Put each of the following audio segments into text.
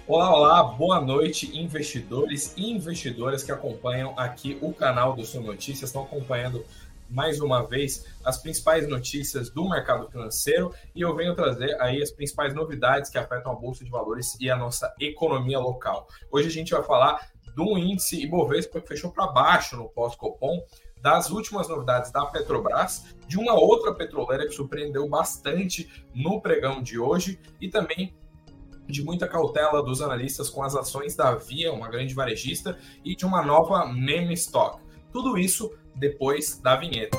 Olá, olá, boa noite, investidores e investidoras que acompanham aqui o canal do Sul Notícias, estão acompanhando mais uma vez as principais notícias do mercado financeiro e eu venho trazer aí as principais novidades que afetam a Bolsa de Valores e a nossa economia local. Hoje a gente vai falar do índice Ibovespa que fechou para baixo no pós-Copom, das últimas novidades da Petrobras, de uma outra petroleira que surpreendeu bastante no pregão de hoje e também de muita cautela dos analistas com as ações da Via, uma grande varejista, e de uma nova meme stock. Tudo isso depois da vinheta.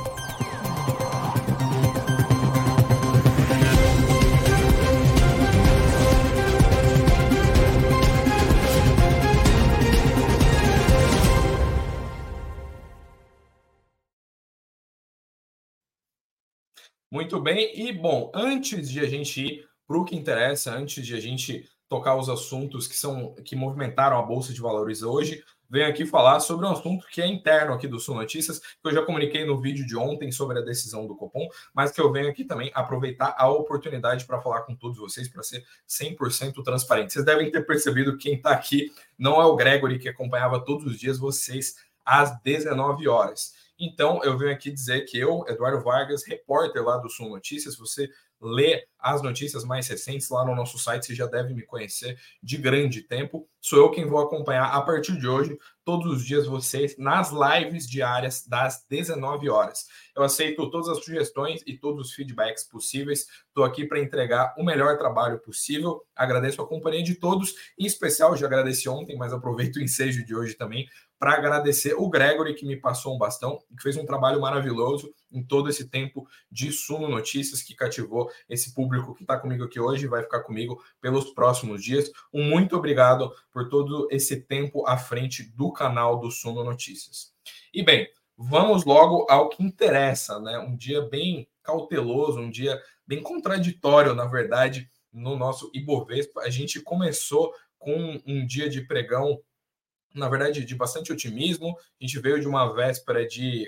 Muito bem, e bom, antes de a gente ir para o que interessa, antes de a gente tocar os assuntos que movimentaram a Bolsa de Valores hoje, venho aqui falar sobre um assunto que é interno aqui do Sul Notícias, que eu já comuniquei no vídeo de ontem sobre a decisão do Copom, mas que eu venho aqui também aproveitar a oportunidade para falar com todos vocês, para ser 100% transparente. Vocês devem ter percebido que quem está aqui não é o Gregory, que acompanhava todos os dias vocês às 19 horas. Então, eu venho aqui dizer que eu, Eduardo Vargas, repórter lá do Sul Notícias, você lê as notícias mais recentes lá no nosso site, você já deve me conhecer de grande tempo. Sou eu quem vou acompanhar a partir de hoje, todos os dias, vocês nas lives diárias das 19 horas. Eu aceito todas as sugestões e todos os feedbacks possíveis. Estou aqui para entregar o melhor trabalho possível. Agradeço a companhia de todos, em especial, já agradeci ontem, mas aproveito o ensejo de hoje também para agradecer o Gregory, que me passou um bastão, que fez um trabalho maravilhoso em todo esse tempo de Suno Notícias, que cativou esse público que está comigo aqui hoje e vai ficar comigo pelos próximos dias. Um muito obrigado por todo esse tempo à frente do canal do Suno Notícias. E bem, vamos logo ao que interessa, né? Um dia bem cauteloso, um dia bem contraditório, na verdade, no nosso Ibovespa. A gente começou com um dia de pregão, na verdade, de bastante otimismo. A gente veio de uma véspera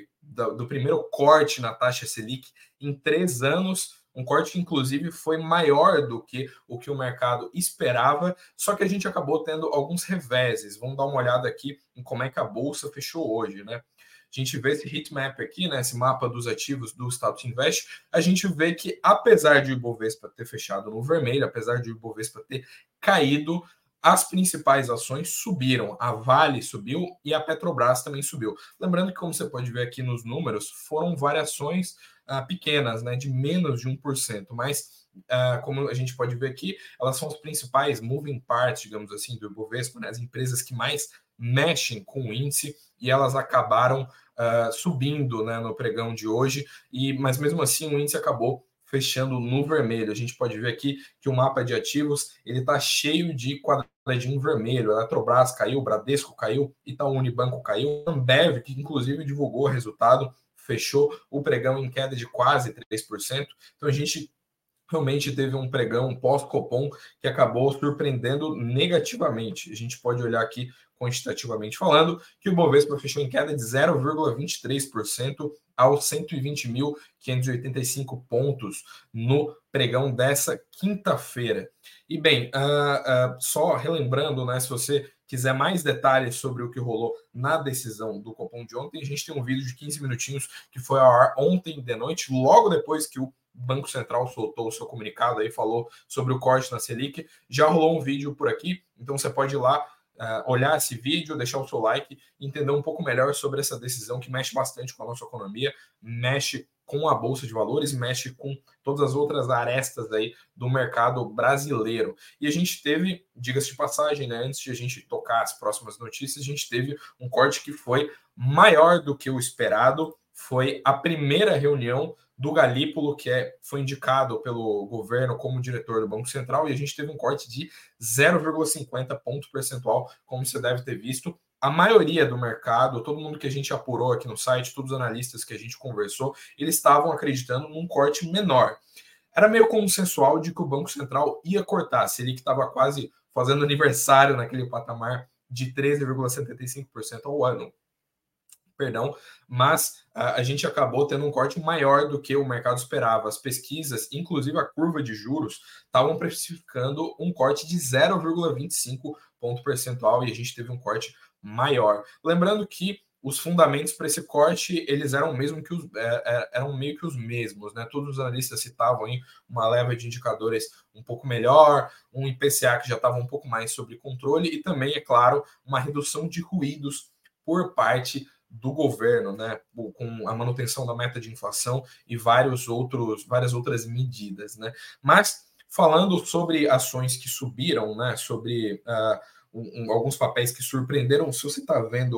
do primeiro corte na taxa Selic em 3 anos, um corte que, inclusive, foi maior do que o mercado esperava, só que a gente acabou tendo alguns reveses. Vamos dar uma olhada aqui em como é que a Bolsa fechou hoje, né? A gente vê esse heatmap aqui, né, esse mapa dos ativos do Status Invest, a gente vê que, apesar de o Ibovespa ter fechado no vermelho, apesar de o Ibovespa ter caído, as principais ações subiram. A Vale subiu e a Petrobras também subiu. Lembrando que, como você pode ver aqui nos números, foram variações pequenas, né, de menos de 1%, mas como a gente pode ver aqui, elas são os principais moving parts, digamos assim, do Ibovespa, né, as empresas que mais mexem com o índice, e elas acabaram subindo, né, no pregão de hoje, mas mesmo assim o índice acabou fechando no vermelho. A gente pode ver aqui que o mapa de ativos ele está cheio de quadradinho vermelho. A Eletrobras caiu, Bradesco caiu, Itaú Unibanco caiu, Ambev, que inclusive divulgou o resultado, fechou o pregão em queda de quase 3%. Então a gente realmente teve um pregão pós-Copom que acabou surpreendendo negativamente. A gente pode olhar aqui quantitativamente falando que o Bovespa fechou em queda de 0,23% aos 120.585 pontos no pregão dessa quinta-feira. E bem, só relembrando, né, se você quiser mais detalhes sobre o que rolou na decisão do Copom de ontem, a gente tem um vídeo de 15 minutinhos que foi ao ar ontem de noite, logo depois que o Banco Central soltou o seu comunicado aí, falou sobre o corte na Selic. Já rolou um vídeo por aqui, então você pode ir lá olhar esse vídeo, deixar o seu like, entender um pouco melhor sobre essa decisão que mexe bastante com a nossa economia, mexe com a Bolsa de Valores, mexe com todas as outras arestas aí do mercado brasileiro. E a gente teve, diga-se de passagem, né, antes de a gente tocar as próximas notícias, a gente teve um corte que foi maior do que o esperado. Foi a primeira reunião do Galípolo, que foi indicado pelo governo como diretor do Banco Central, e a gente teve um corte de 0,50 ponto percentual, como você deve ter visto. A maioria do mercado, todo mundo que a gente apurou aqui no site, todos os analistas que a gente conversou, eles estavam acreditando num corte menor. Era meio consensual de que o Banco Central ia cortar, se ele que estava quase fazendo aniversário naquele patamar de 13,75% ao ano. perdão, mas a gente acabou tendo um corte maior do que o mercado esperava. As pesquisas, inclusive a curva de juros, estavam precificando um corte de 0,25 ponto percentual e a gente teve um corte maior. Lembrando que os fundamentos para esse corte eles eram eram meio que os mesmos, né? Todos os analistas citavam aí uma leva de indicadores um pouco melhor, um IPCA que já estava um pouco mais sob controle e também, é claro, uma redução de ruídos por parte do governo, né? Com a manutenção da meta de inflação e várias outras medidas, né? Mas falando sobre ações que subiram, né? Sobre alguns papéis que surpreenderam, se você está vendo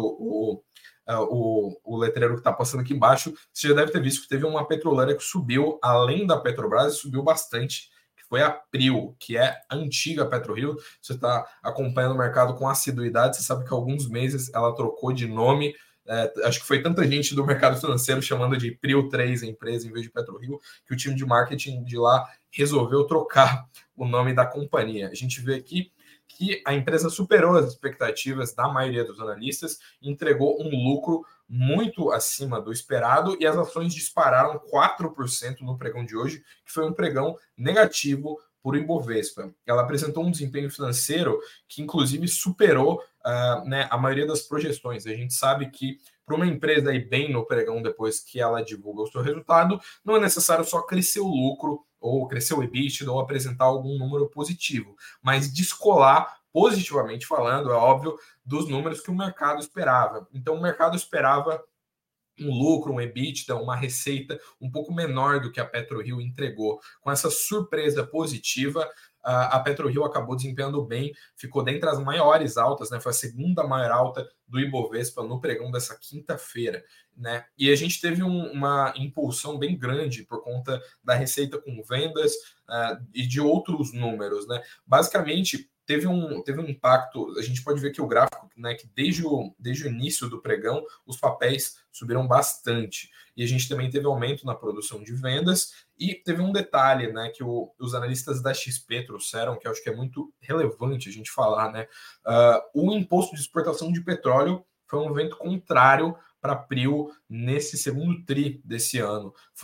o letreiro que está passando aqui embaixo, você já deve ter visto que teve uma petroleira que subiu, além da Petrobras, subiu bastante, que foi a PRIO, que é a antiga PetroRio. Você está acompanhando o mercado com assiduidade, você sabe que há alguns meses ela trocou de nome. Acho que foi tanta gente do mercado financeiro chamando de PRIO 3 a empresa em vez de PetroRio, que o time de marketing de lá resolveu trocar o nome da companhia. A gente vê aqui que a empresa superou as expectativas da maioria dos analistas, entregou um lucro muito acima do esperado e as ações dispararam 4% no pregão de hoje, que foi um pregão negativo por Ibovespa. Ela apresentou um desempenho financeiro que, inclusive, superou a maioria das projeções. A gente sabe que para uma empresa ir bem no pregão depois que ela divulga o seu resultado, não é necessário só crescer o lucro ou crescer o EBITDA ou apresentar algum número positivo, mas descolar positivamente falando, é óbvio, dos números que o mercado esperava. Então, o mercado esperava um lucro, um EBITDA, uma receita um pouco menor do que a PetroRio entregou. Com essa surpresa positiva, a PetroRio acabou desempenhando bem, ficou dentre as maiores altas, né? Foi a segunda maior alta do Ibovespa no pregão dessa quinta-feira, né? E a gente teve uma impulsão bem grande por conta da receita com vendas e de outros números, né? Basicamente, teve um impacto. A gente pode ver que o gráfico, né, que desde o início do pregão, os papéis subiram bastante. E a gente também teve aumento na produção de vendas. E teve um detalhe, né, que os analistas da XP trouxeram, que eu acho que é muito relevante a gente falar, né? O imposto de exportação de petróleo foi um evento contrário para a PRIO nesse segundo TRI desse ano. Foi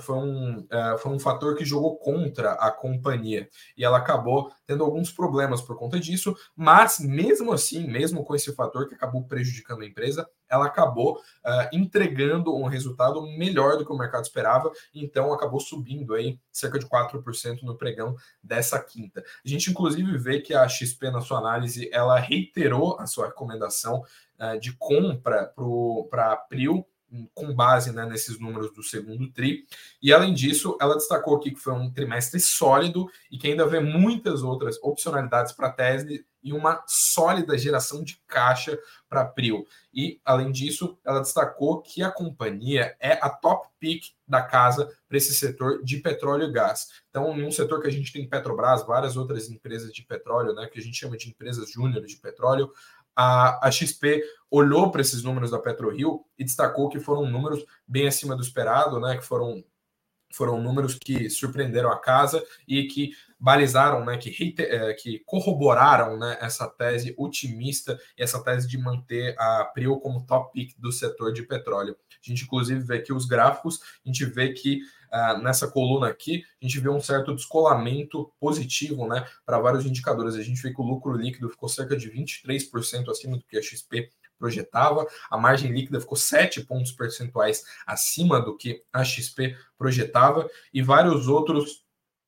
um fator que jogou contra a companhia e ela acabou tendo alguns problemas por conta disso, mas mesmo assim, mesmo com esse fator que acabou prejudicando a empresa, ela acabou entregando um resultado melhor do que o mercado esperava, então acabou subindo aí cerca de 4% no pregão dessa quinta. A gente inclusive vê que a XP, na sua análise, ela reiterou a sua recomendação de compra para a PRIO, com base, né, nesses números do segundo TRI. E, além disso, ela destacou aqui que foi um trimestre sólido e que ainda vê muitas outras opcionalidades para a tese e uma sólida geração de caixa para a PRIO. E, além disso, ela destacou que a companhia é a top pick da casa para esse setor de petróleo e gás. Então, em um setor que a gente tem Petrobras, várias outras empresas de petróleo, né, que a gente chama de empresas júniores de petróleo, a XP olhou para esses números da PetroRio e destacou que foram números bem acima do esperado, né, que foram números que surpreenderam a casa e que balizaram, né, que corroboraram, né, essa tese otimista e essa tese de manter a PRIO como top pick do setor de petróleo. A gente, inclusive, vê aqui os gráficos, a gente vê que nessa coluna aqui, a gente vê um certo descolamento positivo, né, para vários indicadores. A gente vê que o lucro líquido ficou cerca de 23% acima do que a XP projetava, a margem líquida ficou 7 pontos percentuais acima do que a XP projetava, e vários outros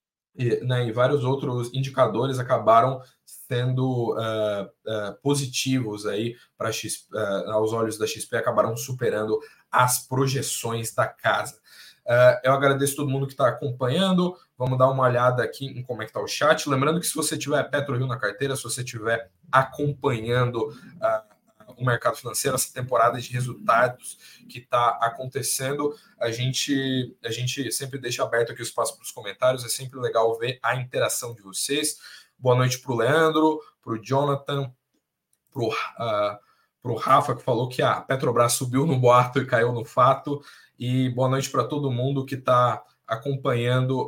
indicadores acabaram sendo positivos aí para aos olhos da XP, acabaram superando as projeções da casa. Eu agradeço todo mundo que está acompanhando. Vamos dar uma olhada aqui em como é que está o chat. Lembrando que se você tiver PetroRio na carteira, se você estiver acompanhando o mercado financeiro, essa temporada de resultados que está acontecendo, a gente sempre deixa aberto aqui o espaço para os comentários. É sempre legal ver a interação de vocês. Boa noite para o Leandro, para o Jonathan, para o Rafa, que falou que a Petrobras subiu no boato e caiu no fato. E boa noite para todo mundo que está acompanhando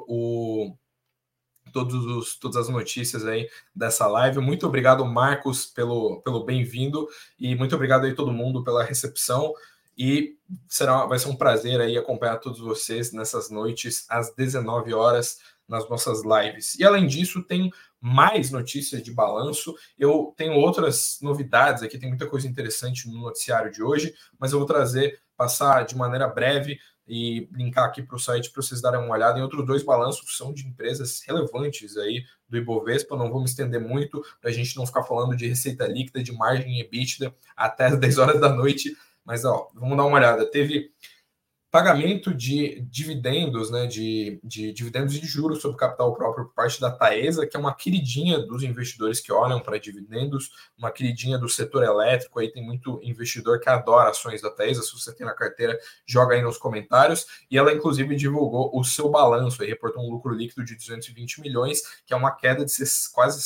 todas as notícias aí dessa live. Muito obrigado, Marcos, pelo bem-vindo, e muito obrigado aí todo mundo pela recepção. e vai ser um prazer aí acompanhar todos vocês nessas noites às 19 horas nas nossas lives. E além disso, tem mais notícias de balanço. Eu tenho outras novidades aqui, tem muita coisa interessante no noticiário de hoje, mas eu vou passar de maneira breve e linkar aqui para o site para vocês darem uma olhada em outros 2 balanços que são de empresas relevantes aí do Ibovespa. Não vou me estender muito para a gente não ficar falando de receita líquida, de margem EBITDA até as 10 horas da noite, mas vamos dar uma olhada. Teve pagamento de dividendos, né, de dividendos e de juros sobre capital próprio por parte da Taesa, que é uma queridinha dos investidores que olham para dividendos, uma queridinha do setor elétrico. Aí tem muito investidor que adora ações da Taesa. Se você tem na carteira, joga aí nos comentários. E ela, inclusive, divulgou o seu balanço, aí reportou um lucro líquido de 220 milhões, que é uma queda de quase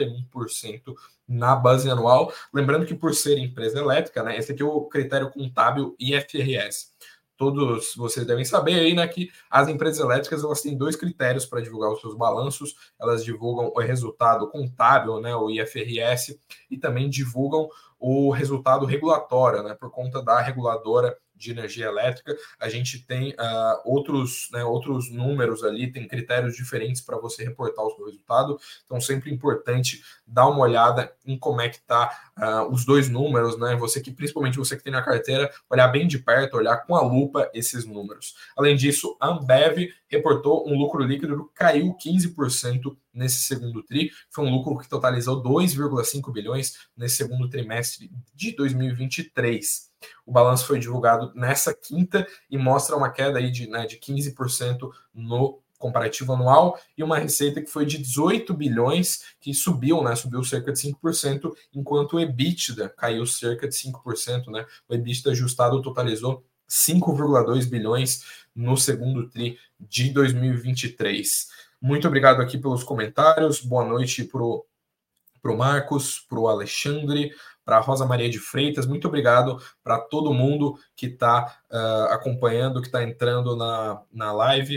61% na base anual. Lembrando que, por ser empresa elétrica, né, esse aqui é o critério contábil IFRS. Todos vocês devem saber aí, né, que as empresas elétricas elas têm 2 critérios para divulgar os seus balanços. Elas divulgam o resultado contábil, né, o IFRS, e também divulgam o resultado regulatório, né, por conta da reguladora de energia elétrica. A gente tem outros números ali, tem critérios diferentes para você reportar o seu resultado. Então, sempre importante dar uma olhada em como é que está os 2 números, né? Principalmente você que tem na carteira, olhar bem de perto, olhar com a lupa esses números. Além disso, a Ambev reportou um lucro líquido que caiu 15% nesse segundo tri. Foi um lucro que totalizou 2,5 bilhões nesse segundo trimestre de 2023. O balanço foi divulgado nessa quinta e mostra uma queda aí de 15% no comparativo anual e uma receita que foi de 18 bilhões, que subiu cerca de 5%, enquanto o EBITDA caiu cerca de 5%, né? O EBITDA ajustado totalizou 5,2 bilhões no segundo tri de 2023. Muito obrigado aqui pelos comentários. Boa noite para o Marcos, para o Alexandre, para a Rosa Maria de Freitas. Muito obrigado para todo mundo que está acompanhando, que está entrando na live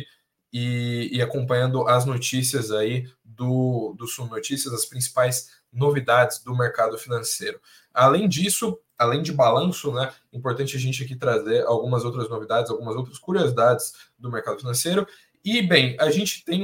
e acompanhando as notícias aí do Sul Notícias, as principais novidades do mercado financeiro. Além disso, além de balanço, né, é importante a gente aqui trazer algumas outras novidades, algumas outras curiosidades do mercado financeiro. E, bem, a gente tem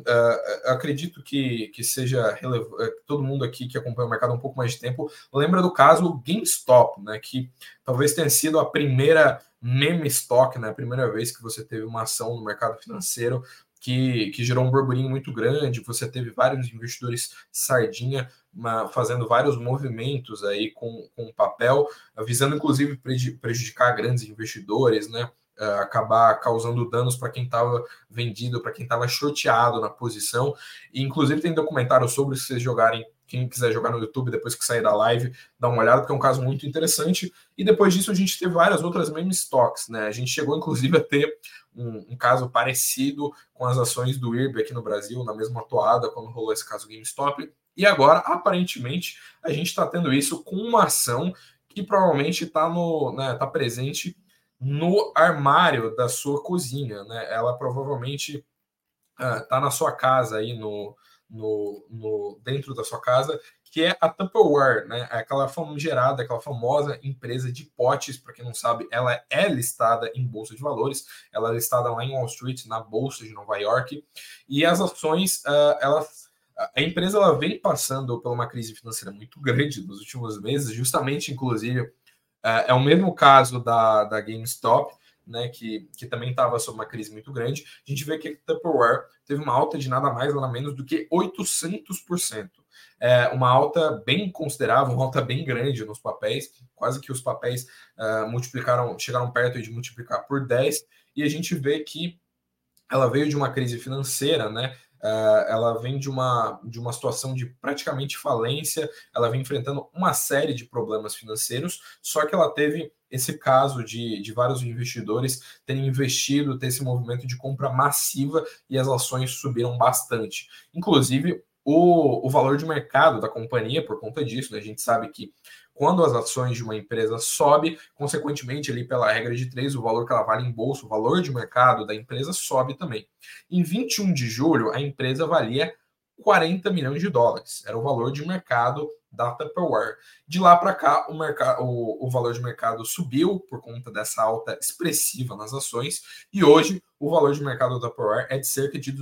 acredito que seja relevante, todo mundo aqui que acompanha o mercado há um pouco mais de tempo lembra do caso GameStop, né, que talvez tenha sido a primeira meme stock, né, a primeira vez que você teve uma ação no mercado financeiro que gerou um burburinho muito grande. Você teve vários investidores sardinha fazendo vários movimentos aí com papel, visando inclusive prejudicar grandes investidores, né, acabar causando danos para quem estava vendido, para quem estava shorteado na posição. E, inclusive, tem documentário sobre, se vocês jogarem, quem quiser jogar no YouTube depois que sair da live, dá uma olhada, porque é um caso muito interessante. E depois disso a gente teve várias outras meme stocks, né? A gente chegou, inclusive, a ter um caso parecido com as ações do IRB aqui no Brasil, na mesma toada, quando rolou esse caso GameStop. E agora, aparentemente, a gente está tendo isso com uma ação que provavelmente está tá presente no armário da sua cozinha, né? Ela provavelmente está na sua casa aí dentro da sua casa, que é a Tupperware, né? Aquela famigerada, aquela famosa empresa de potes. Para quem não sabe, ela é listada em bolsa de valores, ela é listada lá em Wall Street, na bolsa de Nova York, e as ações, a empresa ela vem passando por uma crise financeira muito grande nos últimos meses, justamente, inclusive, é o mesmo caso da GameStop, né, que também estava sob uma crise muito grande. A gente vê que a Tupperware teve uma alta de nada mais, nada menos do que 800%. Uma alta bem considerável, uma alta bem grande nos papéis, quase que os papéis chegaram perto de multiplicar por 10, e a gente vê que ela veio de uma crise financeira, né? Ela vem de uma situação de praticamente falência, ela vem enfrentando uma série de problemas financeiros, só que ela teve esse caso de vários investidores terem investido, ter esse movimento de compra massiva e as ações subiram bastante. Inclusive, o valor de mercado da companhia, por conta disso, né, a gente sabe que quando as ações de uma empresa sobe, consequentemente, ali pela regra de 3, o valor que ela vale em bolsa, o valor de mercado da empresa sobe também. Em 21 de julho, a empresa valia 40 milhões de dólares. Era o valor de mercado da Tupperware. De lá para cá, o valor de mercado subiu por conta dessa alta expressiva nas ações, e hoje o valor de mercado da Tupperware é de cerca de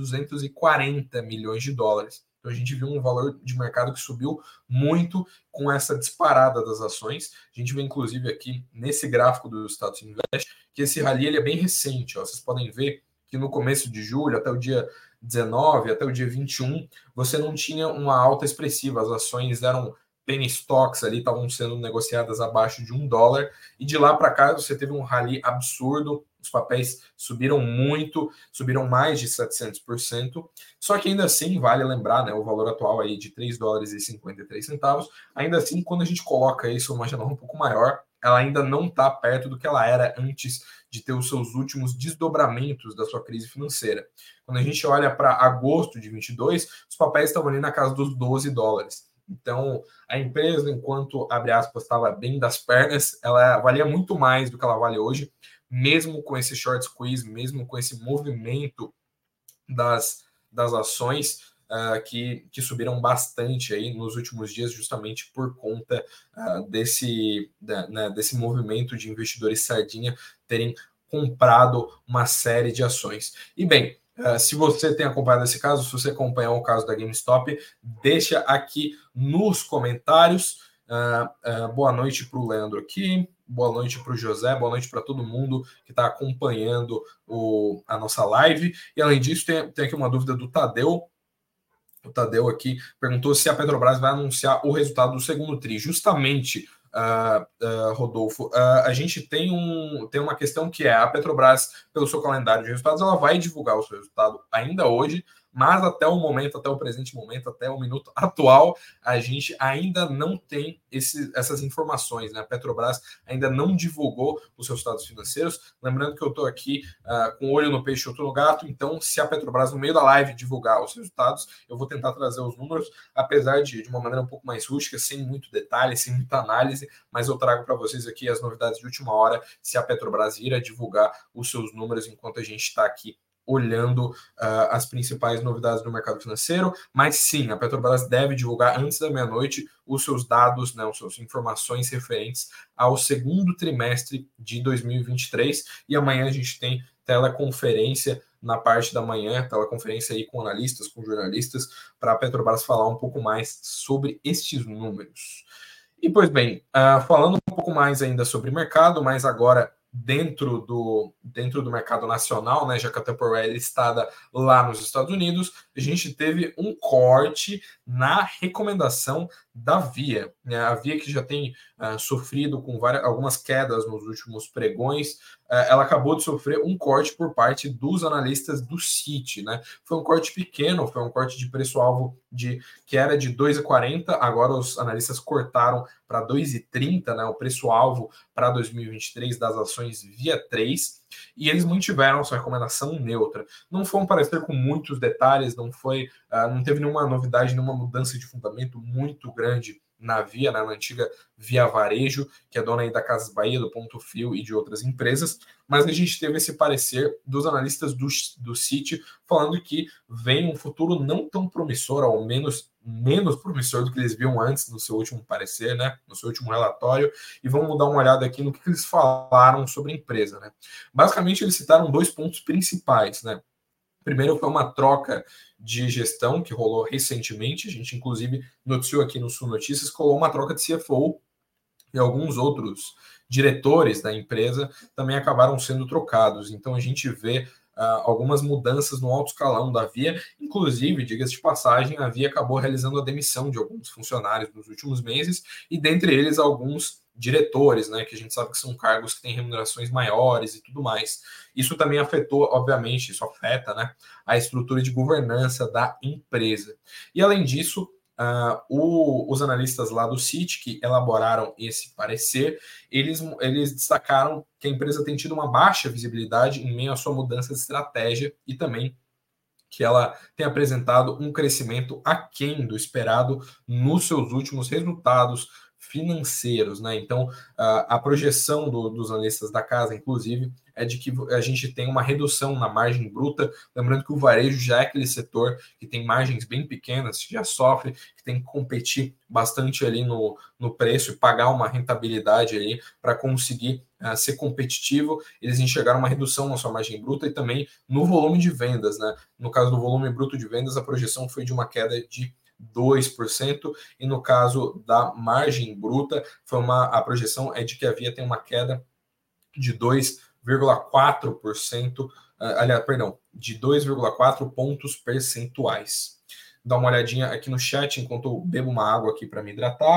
240 milhões de dólares. Então a gente viu um valor de mercado que subiu muito com essa disparada das ações. A gente vê inclusive aqui nesse gráfico do Status Invest que esse rally ele é bem recente. Ó. Vocês podem ver que no começo de julho, até o dia 19, até o dia 21, você não tinha uma alta expressiva. As ações eram penny stocks ali, estavam sendo negociadas abaixo de $1, e de lá para cá você teve um rally absurdo, os papéis subiram muito, subiram mais de 700%, só que ainda assim, vale lembrar, né, o valor atual aí de $3,53, ainda assim, quando a gente coloca isso numa janela um pouco maior, ela ainda não está perto do que ela era antes de ter os seus últimos desdobramentos da sua crise financeira. Quando a gente olha para agosto de 22, os papéis estavam ali na casa dos $12. Então, a empresa, enquanto, abre aspas, estava bem das pernas, ela valia muito mais do que ela vale hoje, mesmo com esse short squeeze, mesmo com esse movimento das ações que subiram bastante aí nos últimos dias, justamente por conta desse movimento de investidores sardinha terem comprado uma série de ações. E bem, se você tem acompanhado esse caso, se você acompanhar o caso da GameStop, deixa aqui nos comentários. Boa noite para o Leandro aqui, boa noite para o José, boa noite para todo mundo que está acompanhando a nossa live. E além disso, tem aqui uma dúvida do Tadeu. O Tadeu aqui perguntou se a Petrobras vai anunciar o resultado do segundo TRI. Justamente, Rodolfo, a gente tem uma questão que é a Petrobras, pelo seu calendário de resultados, ela vai divulgar o seu resultado ainda hoje, mas até o momento, até o presente momento, até o minuto atual, a gente ainda não tem essas informações, né? A Petrobras ainda não divulgou os seus resultados financeiros. Lembrando que eu estou aqui com o olho no peixe, outro no gato, então se a Petrobras, no meio da live, divulgar os resultados, eu vou tentar trazer os números, apesar de uma maneira um pouco mais rústica, sem muito detalhe, sem muita análise, mas eu trago para vocês aqui as novidades de última hora, se a Petrobras vir a divulgar os seus números enquanto a gente está aqui olhando as principais novidades do mercado financeiro, mas sim, a Petrobras deve divulgar antes da meia-noite os seus dados, né, as suas informações referentes ao segundo trimestre de 2023, e amanhã a gente tem teleconferência na parte da manhã, teleconferência aí com analistas, com jornalistas, para a Petrobras falar um pouco mais sobre estes números. E, pois bem, falando um pouco mais ainda sobre mercado, mas agora dentro do mercado nacional, né, já que a Tupperware é listada lá nos Estados Unidos, a gente teve um corte na recomendação da Via. Né? A Via, que já tem sofrido com algumas quedas nos últimos pregões, ela acabou de sofrer um corte por parte dos analistas do Citi. Né? Foi um corte pequeno, foi um corte de preço-alvo que era de 2,40, agora os analistas cortaram para 2,30, né, o preço-alvo para 2023 das ações Via 3, e eles mantiveram sua recomendação neutra. Não foi um parecer com muitos detalhes, não teve nenhuma novidade, nenhuma mudança de fundamento muito grande na Via, né, na antiga Via Varejo, que é dona aí da Casas Bahia, do Ponto Frio e de outras empresas, mas a gente teve esse parecer dos analistas do Citi falando que vem um futuro não tão promissor, ao menos menos promissor do que eles viam antes no seu último parecer, né, no seu último relatório, e vamos dar uma olhada aqui no que eles falaram sobre a empresa. Né. Basicamente, eles citaram 2 pontos principais, né. Primeiro foi uma troca de gestão que rolou recentemente, a gente inclusive noticiou aqui no Sul Notícias, que rolou uma troca de CFO e alguns outros diretores da empresa também acabaram sendo trocados. Então a gente vê algumas mudanças no alto escalão da Via, inclusive, diga-se de passagem, a Via acabou realizando a demissão de alguns funcionários nos últimos meses, e dentre eles alguns diretores, né, que a gente sabe que são cargos que têm remunerações maiores e tudo mais. Isso também afetou, obviamente, isso afeta, né, a estrutura de governança da empresa. E além disso, os analistas lá do Citi que elaboraram esse parecer, eles destacaram que a empresa tem tido uma baixa visibilidade em meio à sua mudança de estratégia e também que ela tem apresentado um crescimento aquém do esperado nos seus últimos resultados financeiros, né? Então, a projeção dos analistas da casa, inclusive, é de que a gente tem uma redução na margem bruta. Lembrando que o varejo já é aquele setor que tem margens bem pequenas, que já sofre, que tem que competir bastante ali no preço e pagar uma rentabilidade aí para conseguir ser competitivo. Eles enxergaram uma redução na sua margem bruta e também no volume de vendas, né? No caso do volume bruto de vendas, a projeção foi de uma queda de 2%, e no caso da margem bruta, a projeção é de que tem uma queda de 2,4%, aliás, perdão, de 2,4 pontos percentuais. Dá uma olhadinha aqui no chat enquanto eu bebo uma água aqui para me hidratar.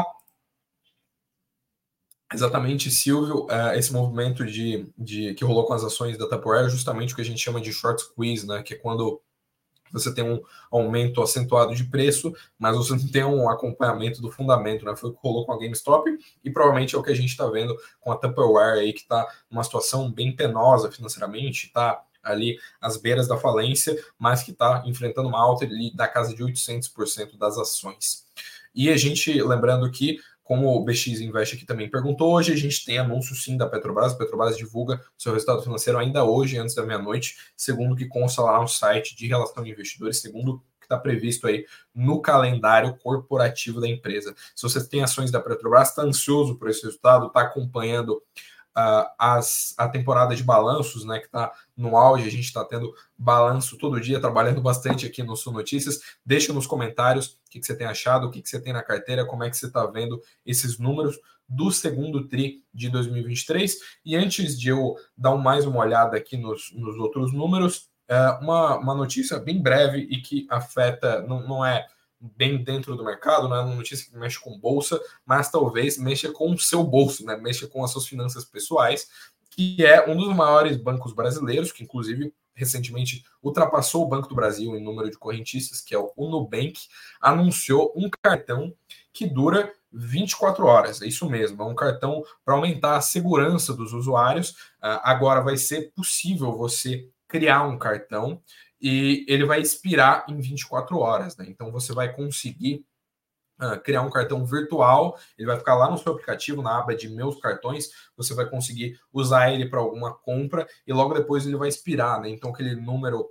Exatamente, Silvio, esse movimento que rolou com as ações da Tupperware é justamente o que a gente chama de short squeeze, né? Que é quando você tem um aumento acentuado de preço, mas você não tem um acompanhamento do fundamento, né? Foi o que rolou com a GameStop e provavelmente é o que a gente está vendo com a Tupperware aí, que está numa situação bem penosa financeiramente, está ali às beiras da falência, mas que está enfrentando uma alta ali da casa de 800% das ações. E a gente, lembrando que, como o BX Invest aqui também perguntou, hoje a gente tem anúncio sim da Petrobras. A Petrobras divulga seu resultado financeiro ainda hoje, antes da meia-noite, segundo o que consta lá no site de relação de investidores, segundo o que está previsto aí no calendário corporativo da empresa. Se você tem ações da Petrobras, está ansioso por esse resultado, está acompanhando a temporada de balanços, né, que está no auge, a gente está tendo balanço todo dia, trabalhando bastante aqui no Sul Notícias. Deixa nos comentários o que você tem achado, o que você tem na carteira, como é que você está vendo esses números do segundo TRI de 2023. E antes de eu dar mais uma olhada aqui nos outros números, uma notícia bem breve e que afeta, não é bem dentro do mercado, não é uma notícia que mexe com bolsa, mas talvez mexa com o seu bolso, né? Mexa com as suas finanças pessoais, que é um dos maiores bancos brasileiros, que inclusive recentemente ultrapassou o Banco do Brasil em número de correntistas, que é o Nubank, anunciou um cartão que dura 24 horas. É isso mesmo, é um cartão para aumentar a segurança dos usuários. Agora vai ser possível você criar um cartão e ele vai expirar em 24 horas, né? Então você vai conseguir criar um cartão virtual, ele vai ficar lá no seu aplicativo, na aba de meus cartões, você vai conseguir usar ele para alguma compra e logo depois ele vai expirar, né? Então aquele número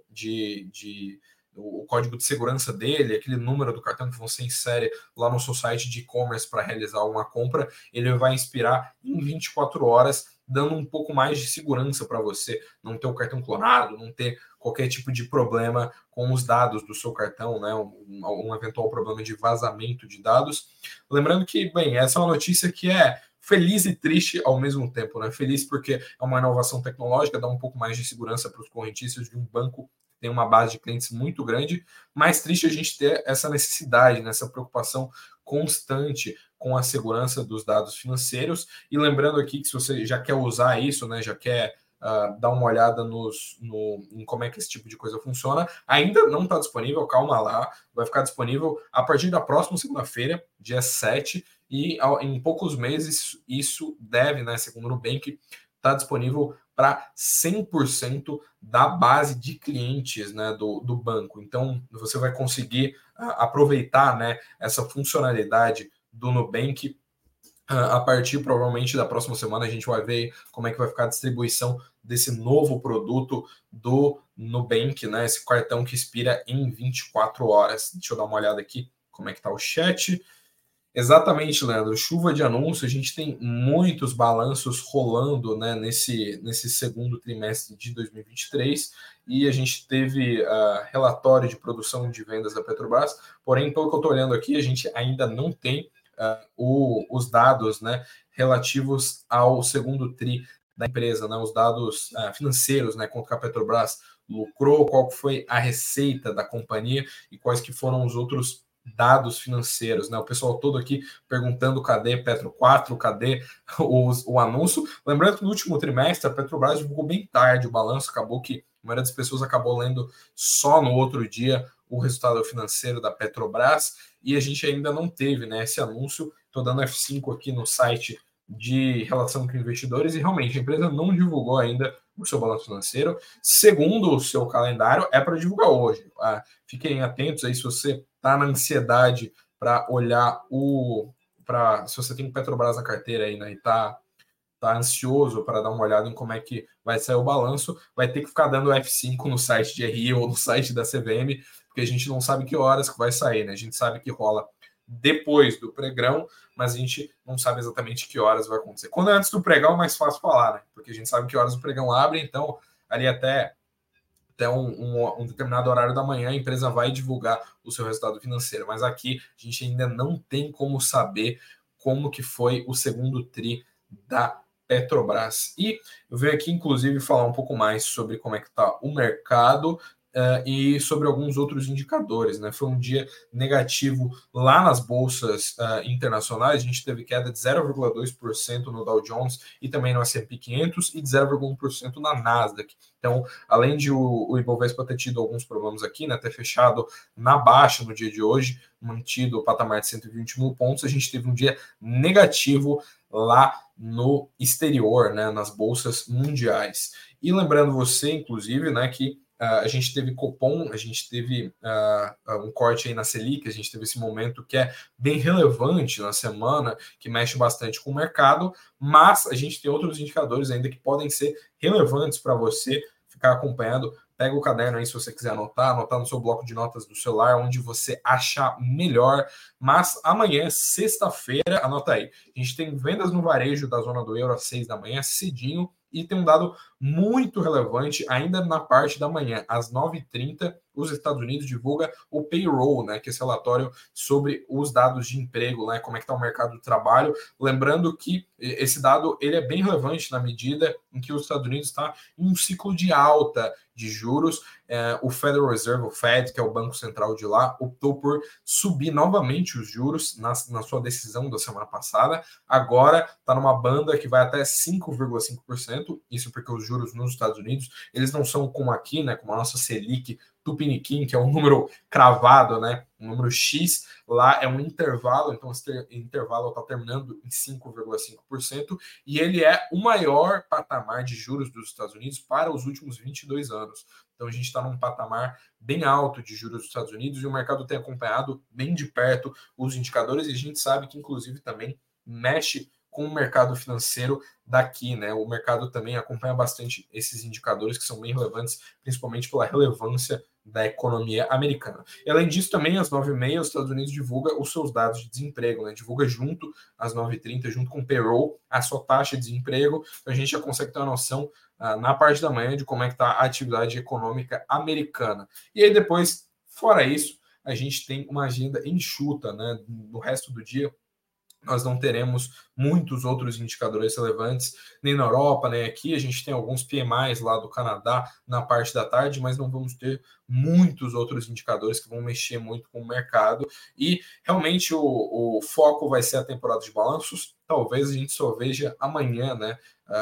o código de segurança dele, aquele número do cartão que você insere lá no seu site de e-commerce para realizar uma compra, ele vai expirar em 24 horas, dando um pouco mais de segurança para você não ter o cartão clonado, não ter qualquer tipo de problema com os dados do seu cartão, né? Um eventual problema de vazamento de dados. Lembrando que, bem, essa é uma notícia que é feliz e triste ao mesmo tempo, né? Feliz porque é uma inovação tecnológica, dá um pouco mais de segurança para os correntistas de um banco que tem uma base de clientes muito grande, mas triste a gente ter essa necessidade, né? Essa preocupação constante com a segurança dos dados financeiros. E lembrando aqui que se você já quer usar isso, né? Já quer dar uma olhada em como é que esse tipo de coisa funciona. Ainda não está disponível, calma lá, vai ficar disponível a partir da próxima segunda-feira, dia 7, e em poucos meses isso deve, né, segundo o Nubank, estar disponível para 100% da base de clientes, né, do banco. Então, você vai conseguir aproveitar, né, essa funcionalidade do Nubank. A partir, provavelmente, da próxima semana, a gente vai ver como é que vai ficar a distribuição desse novo produto do Nubank, né? Esse cartão que expira em 24 horas. Deixa eu dar uma olhada aqui como é que está o chat. Exatamente, Leandro. Chuva de anúncio. A gente tem muitos balanços rolando, né, nesse segundo trimestre de 2023 e a gente teve relatório de produção de vendas da Petrobras. Porém, pelo que eu estou olhando aqui, a gente ainda não tem os dados, né, relativos ao segundo TRI da empresa, né, os dados financeiros, né, quanto que a Petrobras lucrou, qual foi a receita da companhia e quais que foram os outros dados financeiros, né? O pessoal todo aqui perguntando cadê Petro 4, cadê o anúncio. Lembrando que no último trimestre a Petrobras divulgou bem tarde o balanço, acabou que a maioria das pessoas acabou lendo só no outro dia o resultado financeiro da Petrobras e a gente ainda não teve, né, esse anúncio. Estou dando F5 aqui no site de relação com investidores e realmente a empresa não divulgou ainda o seu balanço financeiro. Segundo o seu calendário, é para divulgar hoje. Fiquem atentos aí se você está na ansiedade para olhar se você tem Petrobras na carteira aí, né, e tá ansioso para dar uma olhada em como é que vai sair o balanço, vai ter que ficar dando F5 no site de RI ou no site da CVM, porque a gente não sabe que horas que vai sair, né? A gente sabe que rola depois do pregão, mas a gente não sabe exatamente que horas vai acontecer. Quando é antes do pregão, é mais fácil falar, né? Porque a gente sabe que horas o pregão abre, então ali até um determinado horário da manhã a empresa vai divulgar o seu resultado financeiro. Mas aqui a gente ainda não tem como saber como que foi o segundo tri da Petrobras. E eu venho aqui, inclusive, falar um pouco mais sobre como é que está o mercado e sobre alguns outros indicadores, né? Foi um dia negativo lá nas bolsas internacionais, a gente teve queda de 0,2% no Dow Jones e também no S&P 500 e de 0,1% na Nasdaq. Então, além de o Ibovespa ter tido alguns problemas aqui, né, ter fechado na baixa no dia de hoje, mantido o patamar de 120 mil pontos, a gente teve um dia negativo lá no exterior, né, nas bolsas mundiais. E lembrando você, inclusive, né, que a gente teve Copom, a gente teve um corte aí na Selic, a gente teve esse momento que é bem relevante na semana, que mexe bastante com o mercado, mas a gente tem outros indicadores ainda que podem ser relevantes para você ficar acompanhando. Pega o caderno aí se você quiser anotar no seu bloco de notas do celular, onde você achar melhor. Mas amanhã, sexta-feira, anota aí, a gente tem vendas no varejo da zona do euro às 6 da manhã, cedinho, e tem um dado muito relevante ainda na parte da manhã, às 9h30, os Estados Unidos divulga o payroll, né, que é esse relatório sobre os dados de emprego, né, como é que está o mercado do trabalho. Lembrando que esse dado ele é bem relevante na medida em que os Estados Unidos está em um ciclo de alta de juros. O Federal Reserve, o Fed, que é o Banco Central de lá, optou por subir novamente os juros na sua decisão da semana passada. Agora está numa banda que vai até 5,5%, isso porque os juros nos Estados Unidos, eles não são como aqui, né, como a nossa Selic, Tupiniquim, que é um número cravado, né, um número X, lá é um intervalo, então esse intervalo está terminando em 5,5%, e ele é o maior patamar de juros dos Estados Unidos para os últimos 22 anos. Então a gente está num patamar bem alto de juros dos Estados Unidos e o mercado tem acompanhado bem de perto os indicadores, e a gente sabe que inclusive também mexe com o mercado financeiro daqui, né? O mercado também acompanha bastante esses indicadores que são bem relevantes, principalmente pela relevância da economia americana. E além disso, também às 9h30, os Estados Unidos divulga os seus dados de desemprego, né? Divulga junto às 9h30, junto com o payroll, a sua taxa de desemprego. Então a gente já consegue ter uma noção na parte da manhã de como é que está a atividade econômica americana. E aí depois, fora isso, a gente tem uma agenda enxuta, né? No resto do dia, nós não teremos muitos outros indicadores relevantes, nem na Europa, nem aqui. A gente tem alguns PMIs lá do Canadá na parte da tarde, mas não vamos ter muitos outros indicadores que vão mexer muito com o mercado. E realmente o foco vai ser a temporada de balanços. Talvez a gente só veja amanhã, né?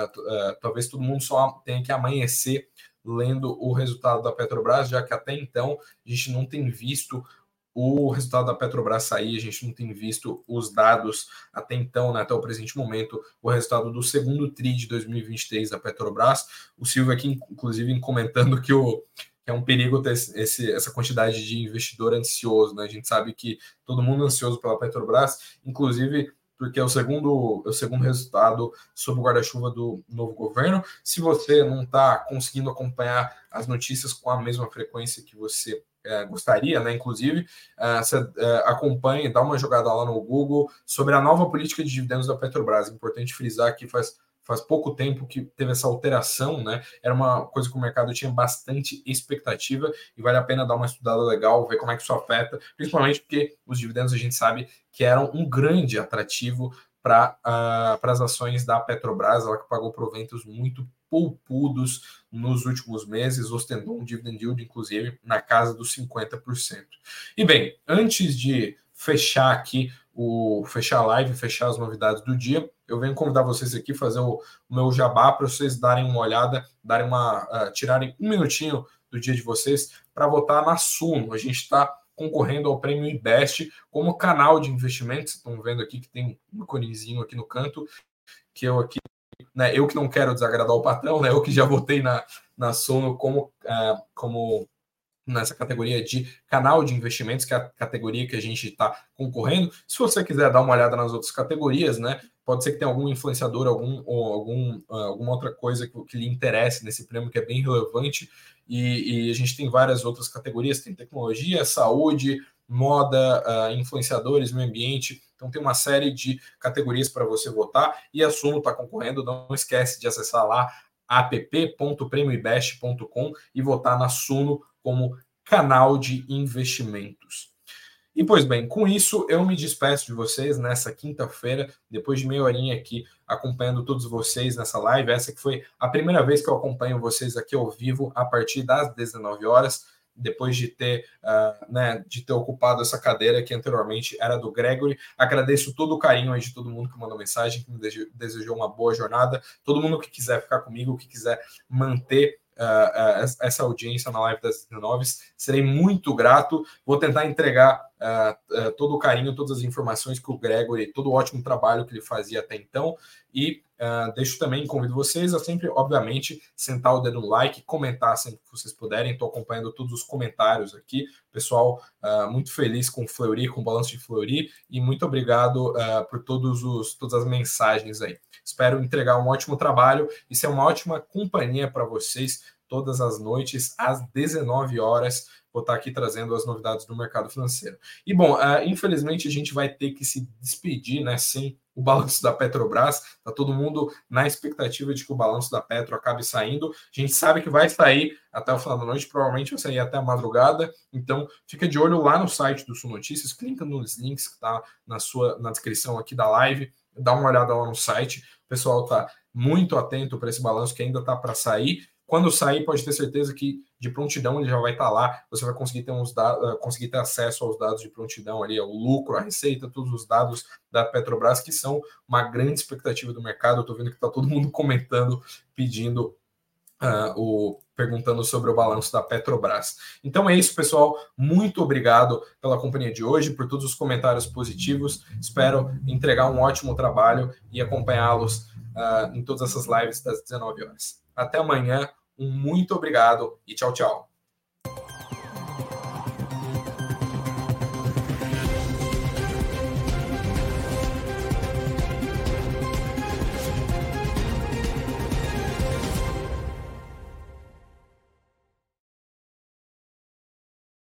Talvez todo mundo só tenha que amanhecer lendo o resultado da Petrobras, já que até então a gente não tem visto o resultado da Petrobras sair, a gente não tem visto os dados até então, né, até o presente momento, o resultado do segundo TRI de 2023 da Petrobras. O Silvio aqui, inclusive, comentando que é um perigo ter essa quantidade de investidor ansioso, né? A gente sabe que todo mundo é ansioso pela Petrobras, inclusive porque é o segundo resultado sob o guarda-chuva do novo governo. Se você não está conseguindo acompanhar as notícias com a mesma frequência que você gostaria, né? Inclusive, você acompanhe, dá uma jogada lá no Google sobre a nova política de dividendos da Petrobras. É importante frisar que faz pouco tempo que teve essa alteração, né? Era uma coisa que o mercado tinha bastante expectativa e vale a pena dar uma estudada legal, ver como é que isso afeta, principalmente porque os dividendos a gente sabe que eram um grande atrativo para as ações da Petrobras, ela que pagou proventos muito poupudos nos últimos meses, ostentou um dividend yield, inclusive, na casa dos 50%. E bem, antes de fechar aqui, fechar a live, fechar as novidades do dia, eu venho convidar vocês aqui, fazer o meu jabá para vocês darem uma olhada, tirarem um minutinho do dia de vocês para votar na Suno. A gente está concorrendo ao prêmio Invest como canal de investimentos. Estão vendo aqui que tem um iconezinho aqui no canto, que eu aqui, né, eu que não quero desagradar o patrão, né, eu que já votei na Suno como nessa categoria de canal de investimentos, que é a categoria que a gente está concorrendo. Se você quiser dar uma olhada nas outras categorias, né, pode ser que tenha algum influenciador, alguma outra coisa que lhe interesse nesse prêmio, que é bem relevante, e a gente tem várias outras categorias, tem tecnologia, saúde, moda, influenciadores, meio ambiente, então tem uma série de categorias para você votar, e a Suno está concorrendo, não esquece de acessar lá app.premioibest.com e votar na Suno como canal de investimentos. E, pois bem, com isso eu me despeço de vocês nessa quinta-feira, depois de meia horinha aqui acompanhando todos vocês nessa live. Essa que foi a primeira vez que eu acompanho vocês aqui ao vivo a partir das 19 horas, depois de ter ocupado essa cadeira que anteriormente era do Gregory. Agradeço todo o carinho aí de todo mundo que mandou mensagem, que me desejou uma boa jornada, todo mundo que quiser ficar comigo, que quiser manter essa audiência na live das 19, serei muito grato. Vou tentar entregar todo o carinho, todas as informações que o Gregory, todo o ótimo trabalho que ele fazia até então, e deixo também, convido vocês a sempre, obviamente, sentar o dedo no like, comentar sempre que vocês puderem. Estou acompanhando todos os comentários aqui, pessoal, muito feliz com o Fleury, com o balanço de Fleury, e muito obrigado por todas as mensagens aí. Espero entregar um ótimo trabalho e ser uma ótima companhia para vocês todas as noites, às 19 horas. Vou estar aqui trazendo as novidades do mercado financeiro. E, bom, infelizmente a gente vai ter que se despedir, né, sem o balanço da Petrobras. Está todo mundo na expectativa de que o balanço da Petro acabe saindo. A gente sabe que vai sair até o final da noite, provavelmente vai sair até a madrugada. Então, fica de olho lá no site do Sul Notícias, clica nos links que está na descrição aqui da live, dá uma olhada lá no site. O pessoal está muito atento para esse balanço que ainda está para sair. Quando sair, pode ter certeza que de prontidão ele já vai estar lá. Você vai conseguir conseguir ter acesso aos dados de prontidão ali, ao lucro, à receita, todos os dados da Petrobras, que são uma grande expectativa do mercado. Eu estou vendo que está todo mundo comentando, pedindo perguntando sobre o balanço da Petrobras. Então é isso, pessoal. Muito obrigado pela companhia de hoje, por todos os comentários positivos. Espero entregar um ótimo trabalho e acompanhá-los em todas essas lives das 19 horas. Até amanhã. Muito obrigado e tchau, tchau.